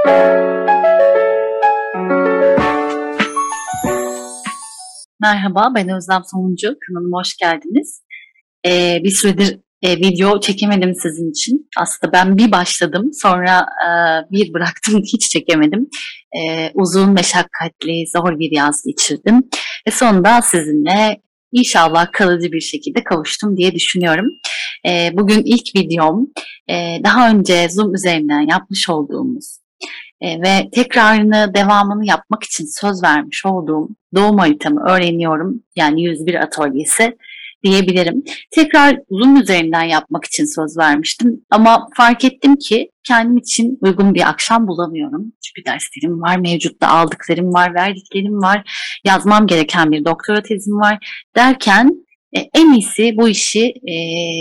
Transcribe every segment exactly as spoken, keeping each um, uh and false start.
Merhaba, ben Özlem Sonuncu. Kanalıma hoş geldiniz. Ee, bir süredir e, video çekemedim sizin için. Aslında ben bir başladım, sonra e, bir bıraktım, hiç çekemedim. E, uzun, meşakkatli, zor bir yaz geçirdim. Ve sonunda sizinle inşallah kalıcı bir şekilde kavuştum diye düşünüyorum. E, bugün ilk videom, e, daha önce Zoom üzerinden yapmış olduğumuz e, ve tekrarını, devamını yapmak için söz vermiş olduğum doğum haritamı öğreniyorum. Yani yüz bir atölyesi diyebilirim. Tekrar Zoom üzerinden yapmak için söz vermiştim. Ama fark ettim ki kendim için uygun bir akşam bulamıyorum. Çünkü derslerim var, mevcutta aldıklarım var, verdiklerim var, yazmam gereken bir doktora tezim var derken e, en iyisi bu işi e,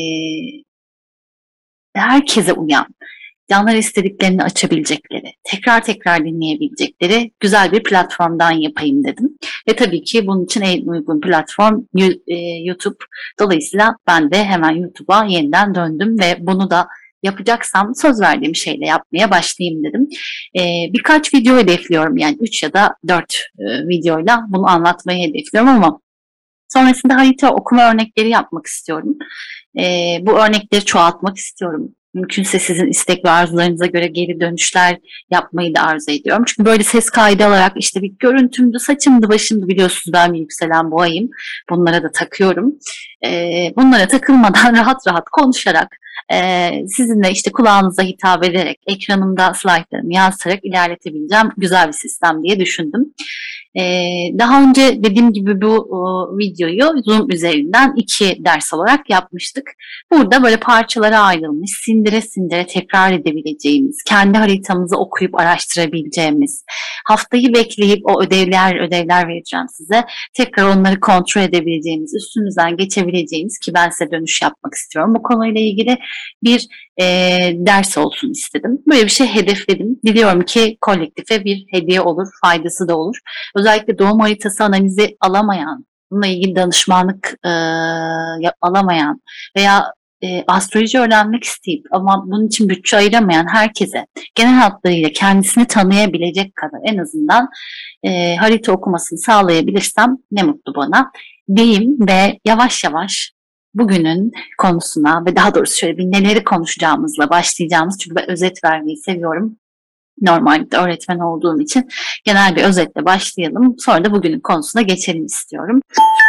herkese uyan, canlar istediklerini açabilecekleri, tekrar tekrar dinleyebilecekleri güzel bir platformdan yapayım dedim. Ve tabii ki bunun için en uygun platform YouTube. Dolayısıyla ben de hemen YouTube'a yeniden döndüm ve bunu da yapacaksam söz verdiğim şeyle yapmaya başlayayım dedim. Ee, birkaç video hedefliyorum, yani üç ya da dört e, videoyla bunu anlatmayı hedefliyorum ama sonrasında harita okuma örnekleri yapmak istiyorum. Ee, bu örnekleri çoğaltmak istiyorum. Mümkünse sizin istek ve arzularınıza göre geri dönüşler yapmayı da arzu ediyorum. Çünkü böyle ses kaydı alarak işte bir görüntümdü, saçımdı, başımdı, biliyorsunuz ben bir yükselen boğayım. Bunlara da takıyorum. Ee, bunlara takılmadan rahat rahat konuşarak, e, sizinle işte kulağınıza hitap ederek, ekranımda slaytlarımı yansıtarak ilerletebileceğim güzel bir sistem diye düşündüm. Ee, daha önce dediğim gibi bu o, videoyu Zoom üzerinden iki ders olarak yapmıştık. Burada böyle parçalara ayrılmış, sindire sindire tekrar edebileceğimiz, kendi haritamızı okuyup araştırabileceğimiz, haftayı bekleyip o ödevler ödevler vereceğim size, tekrar onları kontrol edebileceğimiz, üstünüzden geçebileceğimiz, ki ben size dönüş yapmak istiyorum bu konuyla ilgili bir e, ders olsun istedim. Böyle bir şey hedefledim. Diliyorum ki kolektife bir hediye olur, faydası da olur. Özellikle doğum haritası analizi alamayan, bununla ilgili danışmanlık e, alamayan veya e, astroloji öğrenmek isteyip ama bunun için bütçe ayıramayan herkese genel hatlarıyla kendisini tanıyabilecek kadar en azından e, harita okumasını sağlayabilirsem ne mutlu bana diyeyim ve yavaş yavaş bugünün konusuna ve daha doğrusu şöyle bir neleri konuşacağımızla başlayacağımız, çünkü ben özet vermeyi seviyorum. Normalde öğretmen olduğum için genel bir özetle başlayalım. Sonra da bugünün konusuna geçelim istiyorum.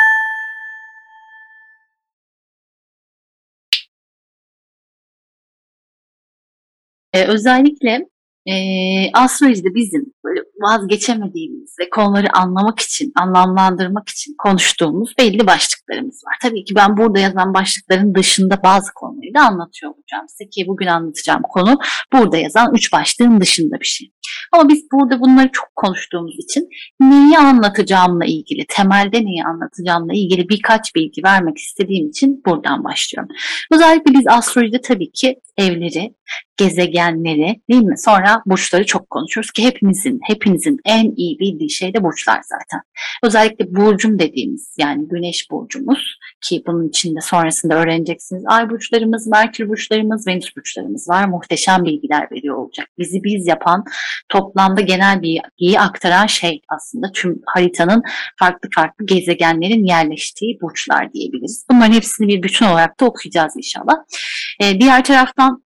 Ee, özellikle e, astrolojide bizim böyle vazgeçemediğimiz ve konuları anlamak için, anlamlandırmak için konuştuğumuz belli başlıklarımız var. Tabii ki ben burada yazan başlıkların dışında bazı konuları da anlatıyor olacağım size, ki bugün anlatacağım konu burada yazan üç başlığın dışında bir şey. Ama biz burada bunları çok konuştuğumuz için neyi anlatacağımla ilgili, temelde neyi anlatacağımla ilgili birkaç bilgi vermek istediğim için buradan başlıyorum. Özellikle biz astrolojide tabii ki evleri, gezegenleri, değil mi? Sonra burçları çok konuşuyoruz ki hepimizin, hepinizin en iyi bildiği şey de burçlar zaten. Özellikle burcum dediğimiz, yani güneş burcumuz, ki bunun içinde sonrasında öğreneceksiniz. Ay burçlarımız, Merkür burçlarımız, Venüs burçlarımız var. Muhteşem bilgiler veriyor olacak. Bizi biz yapan, toplamda genel bilgiyi aktaran şey aslında tüm haritanın farklı farklı gezegenlerin yerleştiği burçlar diyebiliriz. Bunların hepsini bir bütün olarak da okuyacağız inşallah. Ee, diğer taraftan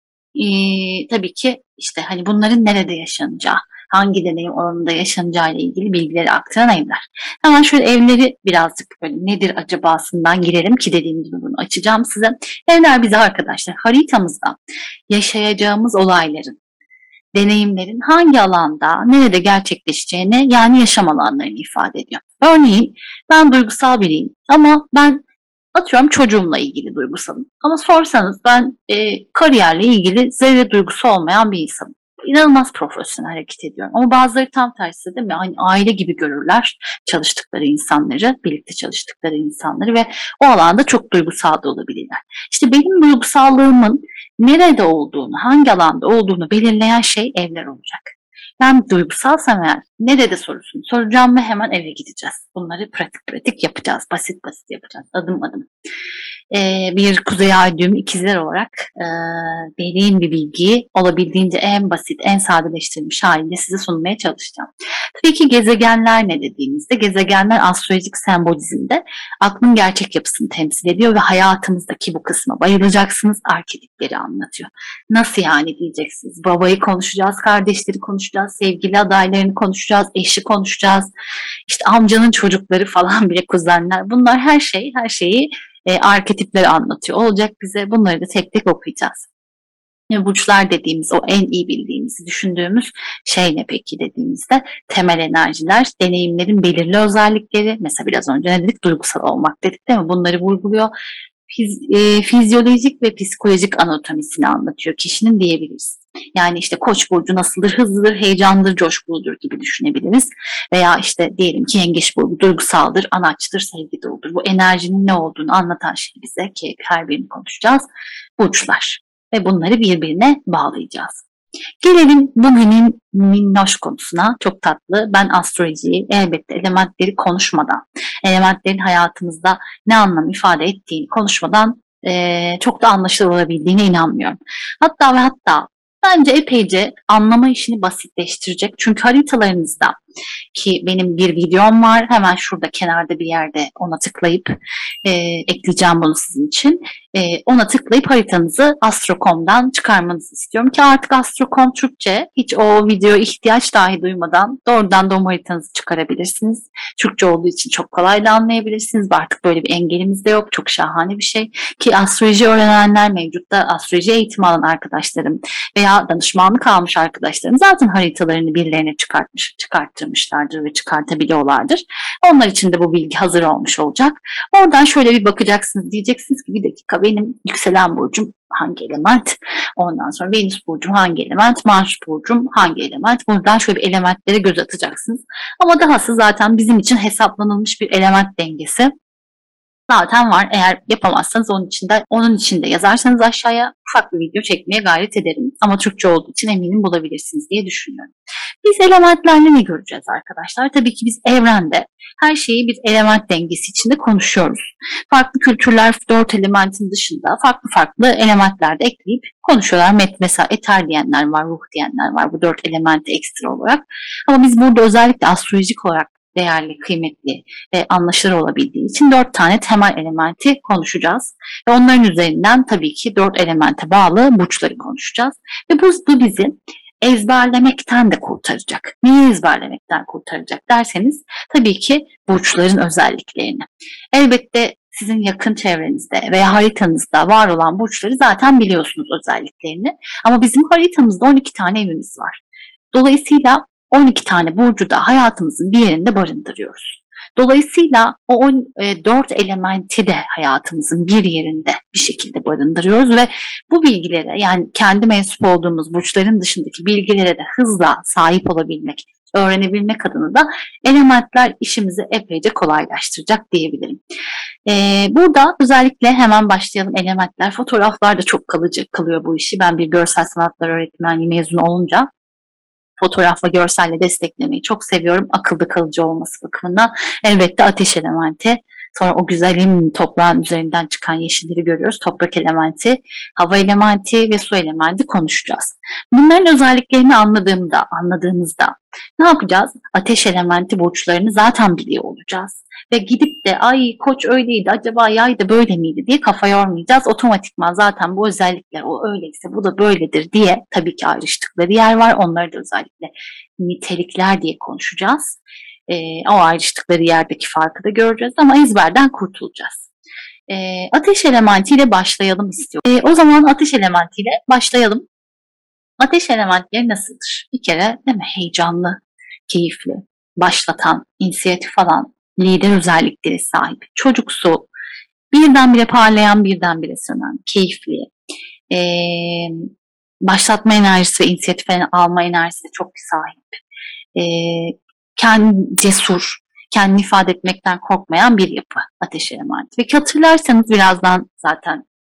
Ee, tabii ki işte hani bunların nerede yaşanacağı, hangi deneyim alanında yaşanacağı ile ilgili bilgileri aktaran evler. Hemen şöyle evleri birazcık böyle nedir acabasından girelim ki dediğim gibi bunu açacağım size. Evler bize arkadaşlar haritamızda yaşayacağımız olayların, deneyimlerin hangi alanda, nerede gerçekleşeceğini, yani yaşam alanlarını ifade ediyor. Örneğin ben duygusal biriyim ama ben atıyorum çocuğumla ilgili duygusalım. Ama sorsanız ben e, kariyerle ilgili zerre duygusu olmayan bir insanım. İnanılmaz profesyonel hareket ediyorum. Ama bazıları tam tersi, değil mi? Hani aile gibi görürler çalıştıkları insanları, birlikte çalıştıkları insanları ve o alanda çok duygusal da olabilirler. İşte benim duygusallığımın nerede olduğunu, hangi alanda olduğunu belirleyen şey evler olacak. Ben duygusalsam eğer nerede sorusunu soracağım ve hemen eve gideceğiz. Bunları pratik pratik yapacağız. Basit basit yapacağız. Adım adım. e, bir kuzey ay düğümü ikizler olarak e, derin bir bilgiyi olabildiğince en basit, en sadeleştirilmiş halinde size sunmaya çalışacağım. Tabii ki gezegenler ne dediğimizde, gezegenler astrolojik sembolizmde aklın gerçek yapısını temsil ediyor ve hayatımızdaki bu kısma bayılacaksınız, arketipleri anlatıyor. Nasıl yani diyeceksiniz. Babayı konuşacağız, kardeşleri konuşacağız, sevgili adaylarını konuşacağız, eşi konuşacağız, işte amcanın çocukları falan bile kuzenler. Bunlar her şey, her şeyi e, arketipleri anlatıyor. Olacak bize bunları da tek tek okuyacağız. E, burçlar dediğimiz o en iyi bildiğimiz, düşündüğümüz şey ne peki dediğimizde temel enerjiler, deneyimlerin belirli özellikleri. Mesela biraz önce ne dedik? Duygusal olmak dedik değil mi? Bunları vurguluyor. Fiz, e, fizyolojik ve psikolojik anatomisini anlatıyor kişinin diyebiliriz. Yani işte Koç burcu nasıldır? Hızlıdır, heyecanlıdır, coşkuludur gibi düşünebiliriz. Veya işte diyelim ki Yengeç burcu duygusaldır, anaçtır, sevgi doludur. Bu enerjinin ne olduğunu anlatan şey bize, ki her birini konuşacağız. Burçlar. Ve bunları birbirine bağlayacağız. Gelelim bugünün minnoş konusuna. Çok tatlı. Ben astrolojiyi, elbette elementleri konuşmadan, elementlerin hayatımızda ne anlam ifade ettiğini konuşmadan e, çok da anlaşılır olabildiğine inanmıyorum. Hatta ve hatta bence epeyce anlama işini basitleştirecek. Çünkü haritalarınızda, ki benim bir videom var, hemen şurada kenarda bir yerde ona tıklayıp e, ekleyeceğim bunu sizin için. E, ona tıklayıp haritanızı astro nokta com'dan çıkarmanızı istiyorum ki artık astro nokta com Türkçe, hiç o videoya ihtiyaç dahi duymadan doğrudan doğum haritanızı çıkarabilirsiniz. Türkçe olduğu için çok kolay da anlayabilirsiniz. Artık böyle bir engelimiz de yok. Çok şahane bir şey. Ki astroloji öğrenenler mevcutta, astroloji eğitimi alan arkadaşlarım veya danışmanlık almış arkadaşlarım zaten haritalarını birilerine çıkartmış, çıkarttırmışlardır ve çıkartabiliyorlardır. Onlar için de bu bilgi hazır olmuş olacak. Oradan şöyle bir bakacaksınız. Diyeceksiniz ki bir dakika, benim yükselen burcum hangi element? Ondan sonra Venüs burcum hangi element? Mars burcum hangi element? Buradan şöyle bir elementlere göz atacaksınız. Ama dahası zaten bizim için hesaplanılmış bir element dengesi zaten var. Eğer yapamazsanız onun içinde onun içinde yazarsanız aşağıya ufak bir video çekmeye gayret ederim. Ama Türkçe olduğu için eminim bulabilirsiniz diye düşünüyorum. Biz elementlerle ne göreceğiz arkadaşlar? Tabii ki biz evrende her şeyi bir element dengesi içinde konuşuyoruz. Farklı kültürler dört elementin dışında farklı farklı elementler de ekleyip konuşuyorlar. Mesela eter diyenler var, ruh diyenler var. Bu dört elementi ekstra olarak. Ama biz burada özellikle astrolojik olarak değerli, kıymetli ve anlaşılır olabildiği için dört tane temel elementi konuşacağız. Ve onların üzerinden tabii ki dört elemente bağlı burçları konuşacağız. Ve bu, bu bizi ezberlemekten de kurtaracak. Neyi ezberlemekten kurtaracak derseniz tabii ki burçların özelliklerini. Elbette sizin yakın çevrenizde veya haritanızda var olan burçları zaten biliyorsunuz özelliklerini. Ama bizim haritamızda on iki tane evimiz var. Dolayısıyla on iki tane burcu da hayatımızın bir yerinde barındırıyoruz. Dolayısıyla o dört elementi de hayatımızın bir yerinde bir şekilde barındırıyoruz ve bu bilgilere, yani kendi mensup olduğumuz burçların dışındaki bilgilere de hızla sahip olabilmek, öğrenebilmek adına da elementler işimizi epeyce kolaylaştıracak diyebilirim. Ee, burada özellikle hemen başlayalım. Elementler, fotoğraflar da çok kalıcı kalıyor bu işi. Ben bir görsel sanatlar öğretmenliği mezunu olunca fotoğrafla, görselle desteklemeyi çok seviyorum. Akılda kalıcı olması bakımından. Elbette ateş elementi. Sonra o güzelim toprağın üzerinden çıkan yeşilleri görüyoruz. Toprak elementi, hava elementi ve su elementi konuşacağız. Bunların özelliklerini anladığımda, anladığımızda ne yapacağız? Ateş elementi burçlarını zaten biliyor olacağız. Ve gidip de ay Koç öyleydi, acaba yay da böyle miydi diye kafa yormayacağız. Otomatikman zaten bu özellikler o öyleyse bu da böyledir diye tabii ki ayrıştıkları yer var. Onları da özellikle nitelikler diye konuşacağız. E, o ayrıştıkları yerdeki farkı da göreceğiz ama ezberden kurtulacağız. E, ateş elementiyle başlayalım istiyorum. E, o zaman ateş elementiyle başlayalım. Ateş elementleri nasıldır? Bir kere değil mi? Heyecanlı, keyifli, başlatan, inisiyatif alan, lider özellikleri sahip, çocuksu, birdenbire parlayan, birdenbire sönen, keyifli, e, başlatma enerjisi ve inisiyatif alma enerjisi çok sahip. E, kendi cesur, kendini ifade etmekten korkmayan bir yapı ateş elementi. Ve hatırlarsanız birazdan zaten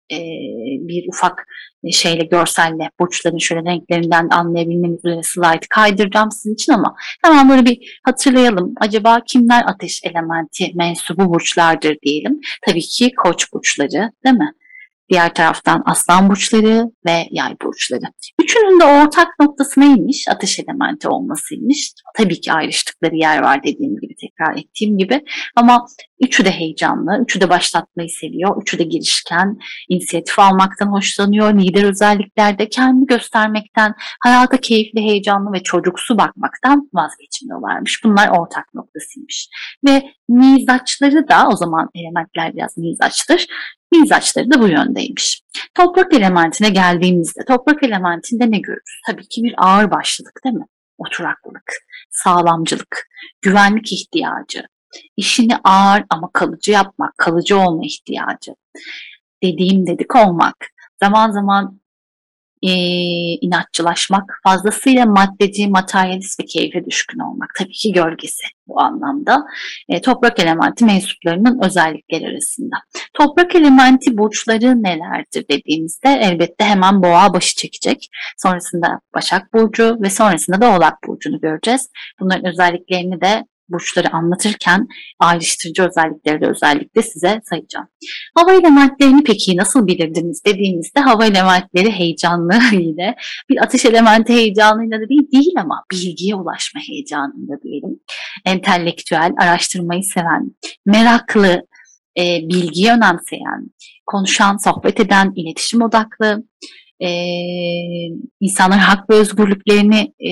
e, bir ufak şeyle, görselle, burçların şöyle renklerinden anlayabilmeniz üzere slide kaydıracağım sizin için ama hemen böyle bir hatırlayalım. Acaba kimler ateş elementi mensubu burçlardır diyelim. Tabii ki Koç burçları, değil mi? Diğer taraftan Aslan burçları ve Yay burçları. Üçünün de ortak noktası neymiş? Ateş elementi olmasıymış. Tabii ki ayrıştıkları yer var dediğim gibi, tekrar ettiğim gibi. Ama üçü de heyecanlı, üçü de başlatmayı seviyor, üçü de girişken, inisiyatif almaktan hoşlanıyor, lider özelliklerde kendini göstermekten, hayata keyifli, heyecanlı ve çocuksu bakmaktan vazgeçmiyorlarmış. Bunlar ortak noktasıymış. Ve mizaçları da, o zaman elementler biraz mizaçtır, mizaçları da bu yöndeymiş. Toprak elementine geldiğimizde, toprak elementinde ne görürüz? Tabii ki bir ağırbaşlılık, değil mi? Oturaklılık, sağlamcılık, güvenlik ihtiyacı, işini ağır ama kalıcı yapmak, kalıcı olma ihtiyacı, dediğim dedik olmak, zaman zaman e, inatçılaşmak, fazlasıyla maddeci, materyalist ve keyfe düşkün olmak. Tabii ki gölgesi bu anlamda. E, toprak elementi mensuplarının özellikleri arasında. Toprak elementi burçları nelerdir dediğimizde elbette hemen boğa başı çekecek. Sonrasında Başak Burcu ve sonrasında da Oğlak Burcu'nu göreceğiz. Bunların özelliklerini de burçları anlatırken ayrıştırıcı özellikleri de özellikle size sayacağım. Hava elementlerini peki nasıl bilirdiniz dediğimizde hava elementleri heyecanlı yine bir ateş elementi heyecanıyla da değil, değil ama bilgiye ulaşma heyecanıyla diyelim. Entelektüel, araştırmayı seven, meraklı, e, bilgiyi önemseyen, konuşan, sohbet eden, iletişim odaklı, e, insanların hak ve özgürlüklerini e,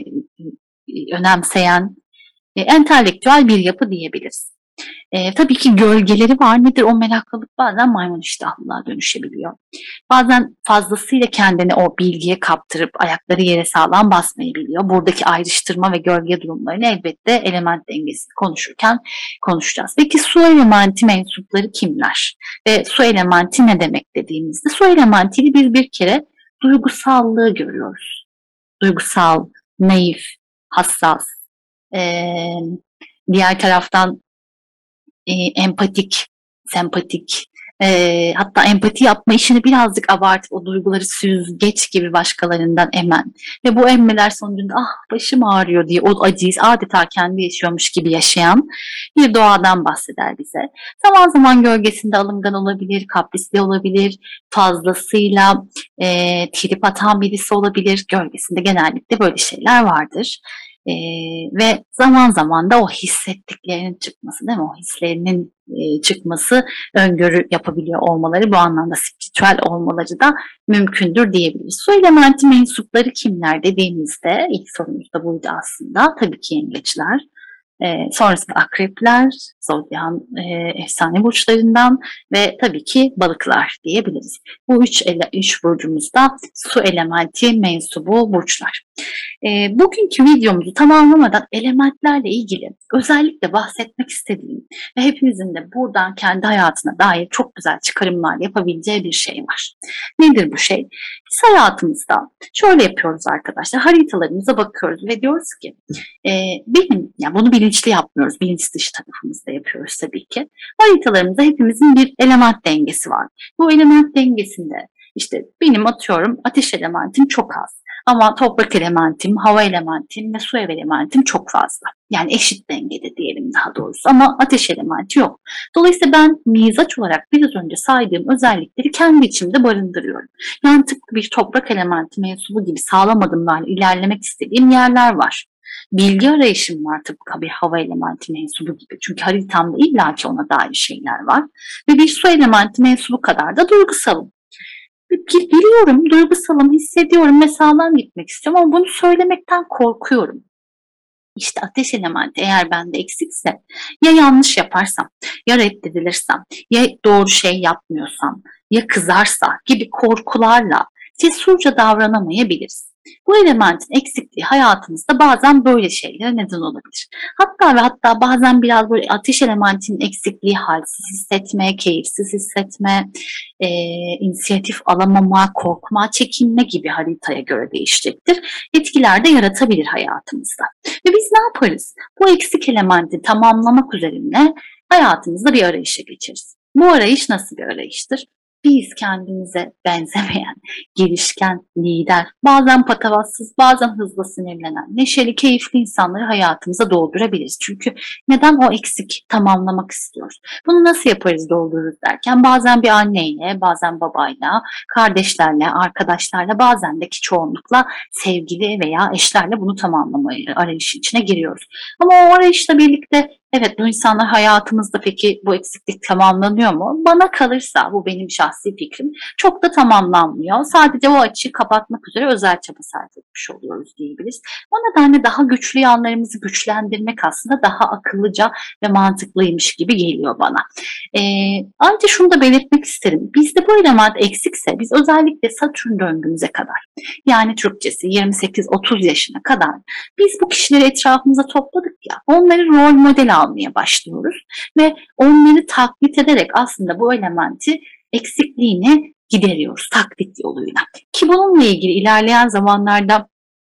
önemseyen, e, entelektüel bir yapı diyebiliriz. E, tabii ki gölgeleri var. Nedir o meraklılık? Bazen maymun iştahlılığa dönüşebiliyor. Bazen fazlasıyla kendini o bilgiye kaptırıp ayakları yere sağlam basmayabiliyor. Buradaki ayrıştırma ve gölge durumlarını elbette element dengesini konuşurken konuşacağız. Peki su elementi mensupları kimler? Ve su elementi ne demek dediğimizde su elementiyle biz bir kere duygusallığı görüyoruz. Duygusal, naif, hassas, ee, diğer taraftan e, empatik, sempatik, e, hatta empati yapma işini birazcık abartıp o duyguları süzgeç gibi başkalarından emen ve bu emmeler sonucunda ah başım ağrıyor diye o acıyı adeta kendi yaşıyormuş gibi yaşayan bir doğadan bahseder bize. Zaman zaman gölgesinde alıngan olabilir, kaprisli olabilir, fazlasıyla e, trip atan birisi olabilir. Gölgesinde genellikle böyle şeyler vardır. Ee, ve zaman zaman da o hissettiklerinin çıkması, değil mi? O hislerinin e, çıkması, öngörü yapabiliyor olmaları, bu anlamda spiritüel olmaları da mümkündür diyebiliriz. Su elementi mensupları kimler dediğimizde ilk sorumuz da buydu aslında. Tabii ki yengeçler. E, sonrasında akrepler, zodyan e, efsane burçlarından ve tabii ki balıklar diyebiliriz. Bu üç, ele, üç burcumuzda su elementi mensubu burçlar. E, bugünkü videomuzu tamamlamadan elementlerle ilgili özellikle bahsetmek istediğim ve hepimizin de buradan kendi hayatına dair çok güzel çıkarımlar yapabileceği bir şey var. Nedir bu şey? Biz hayatımızda şöyle yapıyoruz arkadaşlar, haritalarımıza bakıyoruz ve diyoruz ki e, benim, yani bunu bilinçli yapmıyoruz, bilinç dışı tarafımızda yapıyoruz tabii ki. Haritalarımızda hepimizin bir element dengesi var. Bu element dengesinde işte benim atıyorum ateş elementim çok az. Ama toprak elementim, hava elementim ve su elementim çok fazla. Yani eşit dengede diyelim daha doğrusu ama ateş elementi yok. Dolayısıyla ben mizaç olarak biraz önce saydığım özellikleri kendi içimde barındırıyorum. Yani tıpkı bir toprak elementi mensubu gibi sağlam adımlarla ilerlemek istediğim yerler var. Bilgi arayışım var tıpkı bir hava elementi mensubu gibi. Çünkü haritamda illaki ona dair şeyler var. Ve bir su elementi mensubu kadar da duygusalım. Biliyorum, duygusalım, hissediyorum ve sağlam gitmek istiyorum ama bunu söylemekten korkuyorum. İşte ateş elementi eğer bende eksikse ya yanlış yaparsam, ya reddedilirsem, ya doğru şey yapmıyorsam, ya kızarsa gibi korkularla cesurca davranamayabiliriz. Bu elementin eksikliği hayatımızda bazen böyle şeylere neden olabilir. Hatta ve hatta bazen biraz böyle ateş elementinin eksikliği halsiz hissetme, keyifsiz hissetme, e, inisiyatif alamama, korkma, çekinme gibi haritaya göre değişecektir. Etkiler de yaratabilir hayatımızda. Ve biz ne yaparız? Bu eksik elementi tamamlamak üzerine hayatımızda bir arayışa geçeriz. Bu arayış nasıl bir arayıştır? biz kendimize benzemeyen, girişken, lider, bazen patavatsız, bazen hızlı sinirlenen, neşeli, keyifli insanları hayatımıza doldurabiliriz. Çünkü neden o eksik tamamlamak istiyoruz? Bunu nasıl yaparız, doldururuz derken bazen bir anneyle, bazen babayla, kardeşlerle, arkadaşlarla, bazen de ki çoğunlukla sevgili veya eşlerle bunu tamamlamayı arayışı içine giriyoruz. Ama o arayışla birlikte evet, bu insanlar hayatımızda peki bu eksiklik tamamlanıyor mu? Bana kalırsa, bu benim şahsi fikrim, çok da tamamlanmıyor. Sadece o açığı kapatmak üzere özel çaba sarf etmiş oluyoruz diyebiliriz. O nedenle daha güçlü yanlarımızı güçlendirmek aslında daha akıllıca ve mantıklıymış gibi geliyor bana. Ee, ancak şunu da belirtmek isterim. Bizde bu element eksikse biz özellikle Satürn döngümüze kadar, yani Türkçesi yirmi sekiz otuz yaşına kadar biz bu kişileri etrafımıza topladık ya, onları rol model almaya başlıyoruz ve onları taklit ederek aslında bu elementi, eksikliğini gideriyoruz taklit yoluyla. Ki bununla ilgili ilerleyen zamanlarda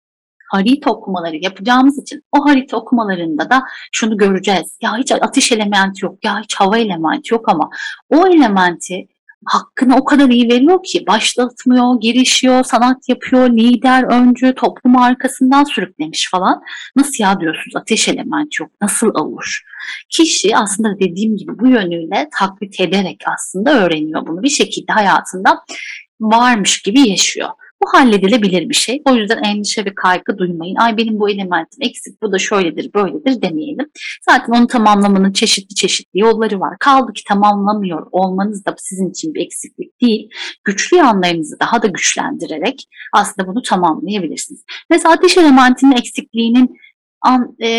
harita okumaları yapacağımız için o harita okumalarında da şunu göreceğiz. Ya hiç ateş elementi yok, ya hiç hava elementi yok ama o elementi hakkını o kadar iyi veriyor ki başlatmıyor, girişiyor, sanat yapıyor, lider, öncü, toplumu arkasından sürüklemiş falan. Nasıl ya diyorsunuz, ateş elementi yok, nasıl olur? Kişi aslında dediğim gibi bu yönüyle taklit ederek aslında öğreniyor bunu. Bir şekilde hayatında varmış gibi yaşıyor. Bu halledilebilir bir şey. O yüzden endişe ve kaygı duymayın. Ay benim bu elementim eksik, bu da şöyledir, böyledir demeyelim. Zaten onu tamamlamanın çeşitli çeşitli yolları var. Kaldı ki tamamlamıyor olmanız da sizin için bir eksiklik değil. Güçlü yanlarınızı daha da güçlendirerek aslında bunu tamamlayabilirsiniz. Mesela ateş elementinin eksikliğinin an, e,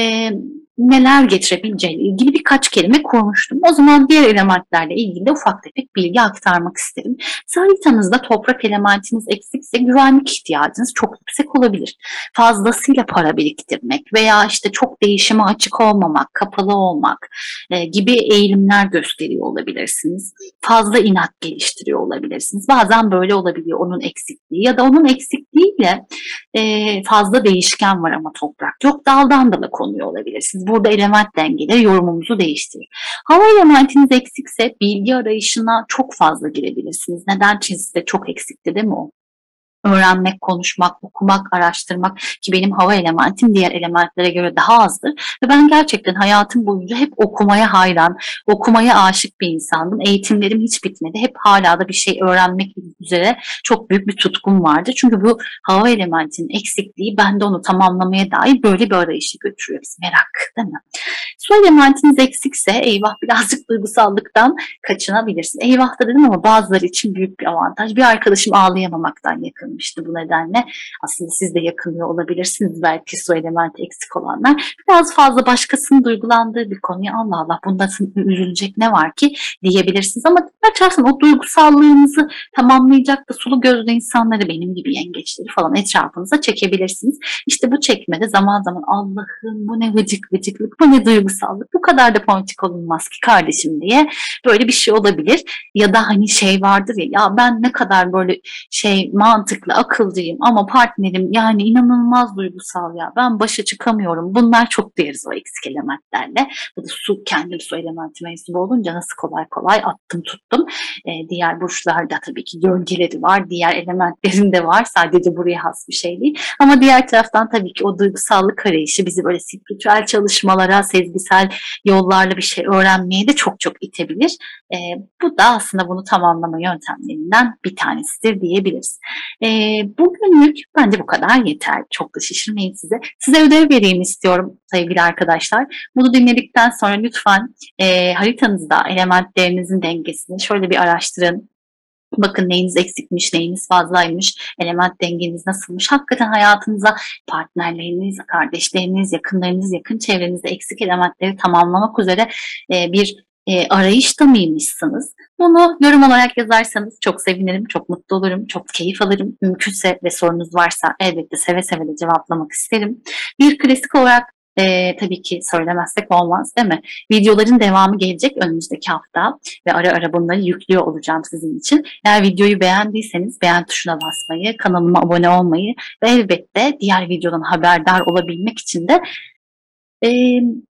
neler getirebileceğiyle ilgili birkaç kelime kurmuştum. O zaman diğer elementlerle ilgili de ufak tefek bilgi aktarmak isterim. Haritanızda toprak elementiniz eksikse güvenlik ihtiyacınız çok yüksek olabilir. Fazlasıyla para biriktirmek veya işte çok değişime açık olmamak, kapalı olmak e, gibi eğilimler gösteriyor olabilirsiniz. Fazla inat geliştiriyor olabilirsiniz. Bazen böyle olabiliyor onun eksikliği ya da onun eksikliğiyle e, fazla değişken var ama toprak yok, daldan dala konuyor olabilirsiniz. Burada element dengeleri yorumumuzu değiştirir. Hava elementiniz eksikse bilgi arayışına çok fazla girebilirsiniz. Neden? Çünkü sizde çok eksikti değil mi o? Öğrenmek, konuşmak, okumak, araştırmak, ki benim hava elementim diğer elementlere göre daha azdır. Ve ben gerçekten hayatım boyunca hep okumaya hayran, okumaya aşık bir insandım. Eğitimlerim hiç bitmedi. Hep hala da bir şey öğrenmek üzere çok büyük bir tutkum vardı. Çünkü bu hava elementinin eksikliği bende onu tamamlamaya dair böyle bir arayışı götürüyor. Merak, değil mi? Su elementiniz eksikse eyvah, birazcık duygusallıktan kaçınabilirsin. Eyvah da dedim ama bazıları için büyük bir avantaj. Bir arkadaşım ağlayamamaktan yakınmıştı bu nedenle. Aslında siz de yakınıyor olabilirsiniz belki su elementi eksik olanlar. Biraz fazla başkasının duygulandığı bir konuya Allah Allah bunda üzülecek ne var ki diyebilirsiniz. Ama açarsan o duygusallığınızı tamamlayacak da sulu gözlü insanları, benim gibi yengeçleri falan etrafınıza çekebilirsiniz. İşte bu çekmede zaman zaman Allah'ım bu ne vıcık vıcıklık, bu ne duygusallık, bu kadar da politik olunmaz ki kardeşim diye böyle bir şey olabilir. Ya da hani şey vardır ya, ya ben ne kadar böyle şey mantıklı, akılcıyım ama partnerim yani inanılmaz duygusal, ya ben başa çıkamıyorum. Bunlar çok duyarız o eksik elementlerle. Bu da su, kendim su elementi mensubu olunca nasıl kolay kolay attım tuttum. Ee, diğer burçlarda tabii ki gölgeleri var, diğer elementlerin de var. Sadece buraya has bir şey değil. Ama diğer taraftan tabii ki o duygusallık arayışı bizi böyle spiritüel çalışmalara, sezgisel yollarla bir şey öğrenmeye de çok çok itebilir. E, bu da aslında bunu tamamlama yöntemlerinden bir tanesidir diyebiliriz. E, bugünlük bence bu kadar yeter. Çok da şişirmeyin size. Size ödev vereyim istiyorum sevgili arkadaşlar. Bunu dinledikten sonra lütfen e, haritanızda elementlerinizin dengesini şöyle bir araştırın. Bakın neyiniz eksikmiş, neyiniz fazlaymış, element dengeniz nasılmış. Hakikaten hayatınıza partnerleriniz, kardeşleriniz, yakınlarınız, yakın çevrenizde eksik elementleri tamamlamak üzere e, bir e, arayışta mıymışsınız? Bunu yorum olarak yazarsanız çok sevinirim, çok mutlu olurum, çok keyif alırım. Mümkünse ve sorunuz varsa elbette seve seve de cevaplamak isterim. Bir klasik olarak Ee, tabii ki söylemezsek olmaz değil mi? Videoların devamı gelecek önümüzdeki hafta ve ara ara bunları yüklüyor olacağım sizin için. Eğer videoyu beğendiyseniz beğen tuşuna basmayı, kanalıma abone olmayı ve elbette diğer videodan haberdar olabilmek için de e,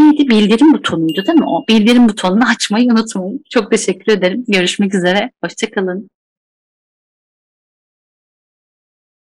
neydi? Bildirim butonuydu değil mi o? Bildirim butonunu açmayı unutmayın. Çok teşekkür ederim. Görüşmek üzere. Hoşça kalın.